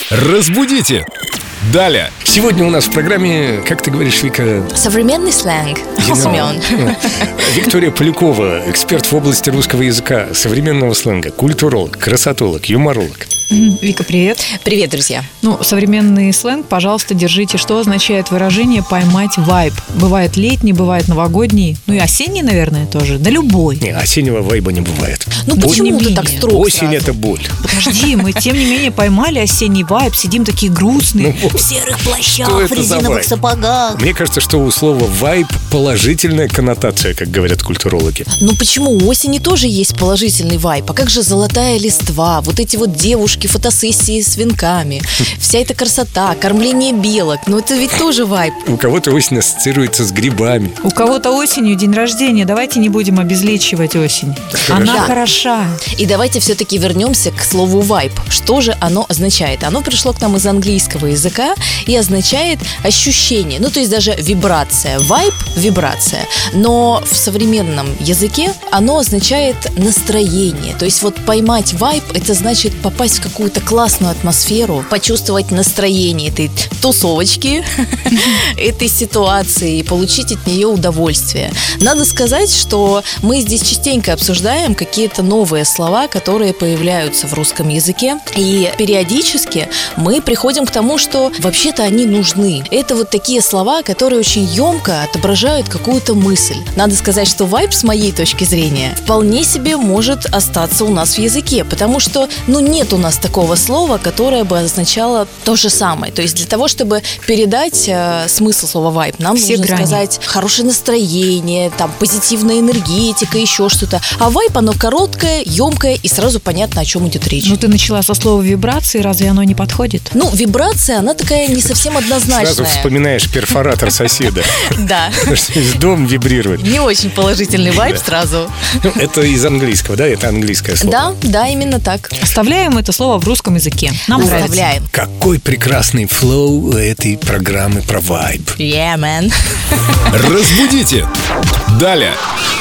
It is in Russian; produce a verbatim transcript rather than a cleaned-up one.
Разбудите! Далее. Сегодня у нас в программе, как ты говоришь, Вика? Современный сленг. Семен. Виктория Полякова, эксперт в области русского языка, современного сленга, культуролог, красотолог, юморолог. Вика, привет. Привет, друзья. Ну, современный сленг, пожалуйста, держите. Что означает выражение «поймать вайб»? Бывает летний, бывает новогодний. Ну и осенний, наверное, тоже. Да любой. Не, осеннего вайба не бывает. Ну Тем почему не ты менее. так строг Осень сразу? — это боль. Подожди, мы тем не менее поймали осенний вайб. Сидим такие грустные, Ну, в серых плащах, что в это за резиновых вайб? сапогах. Мне кажется, что у слова «вайб» положительная коннотация, как говорят культурологи. Ну почему? У осени тоже есть положительный вайб. А как же золотая листва? Вот эти вот девушки, фотосессии с венками. Вся эта красота, кормление белок. Ну это ведь тоже вайб. У кого-то осень ассоциируется с грибами. У кого-то осенью день рождения. Давайте не будем обезличивать осень. Она Да. хороша. И давайте все-таки вернемся к слову вайб. Что же оно означает? Оно пришло к нам из английского языка и означает ощущение. Ну то есть даже вибрация. Вайб – вибрация. Но в современном языке оно означает настроение. То есть вот поймать вайб – это значит попасть в какую-то классную атмосферу, почувствовать настроение этой тусовочки, этой ситуации и получить от нее удовольствие. Надо сказать, что мы здесь частенько обсуждаем какие-то новые слова, которые появляются в русском языке. И периодически мы приходим к тому, что вообще-то они нужны. Это вот такие слова, которые очень емко отображают какую-то мысль. Надо сказать, что вайб, с моей точки зрения, вполне себе может остаться у нас в языке, потому что, ну, нет у нас такого слова, которое бы означало то же самое. То есть для того, чтобы передать э, смысл слова вайб, нам Все нужно грани. сказать хорошее настроение, там, позитивная энергетика, еще что-то. А вайб, оно короткое, емкое, и сразу понятно, о чем идет речь. Ну, ты начала со слова вибрации, разве оно не подходит? Ну, вибрация, она такая не совсем Сразу однозначная. вспоминаешь перфоратор соседа. Да. Потому что весь дом вибрирует. Не очень положительный вайб Да. сразу. Ну, это из английского, да? Это английское слово. Да, да, именно так. Оставляем это слово в русском языке. Нам нравится. Оставляем. Какой прекрасный флоу этой программы про вайб. Yeah, man. Разбудите! Далее.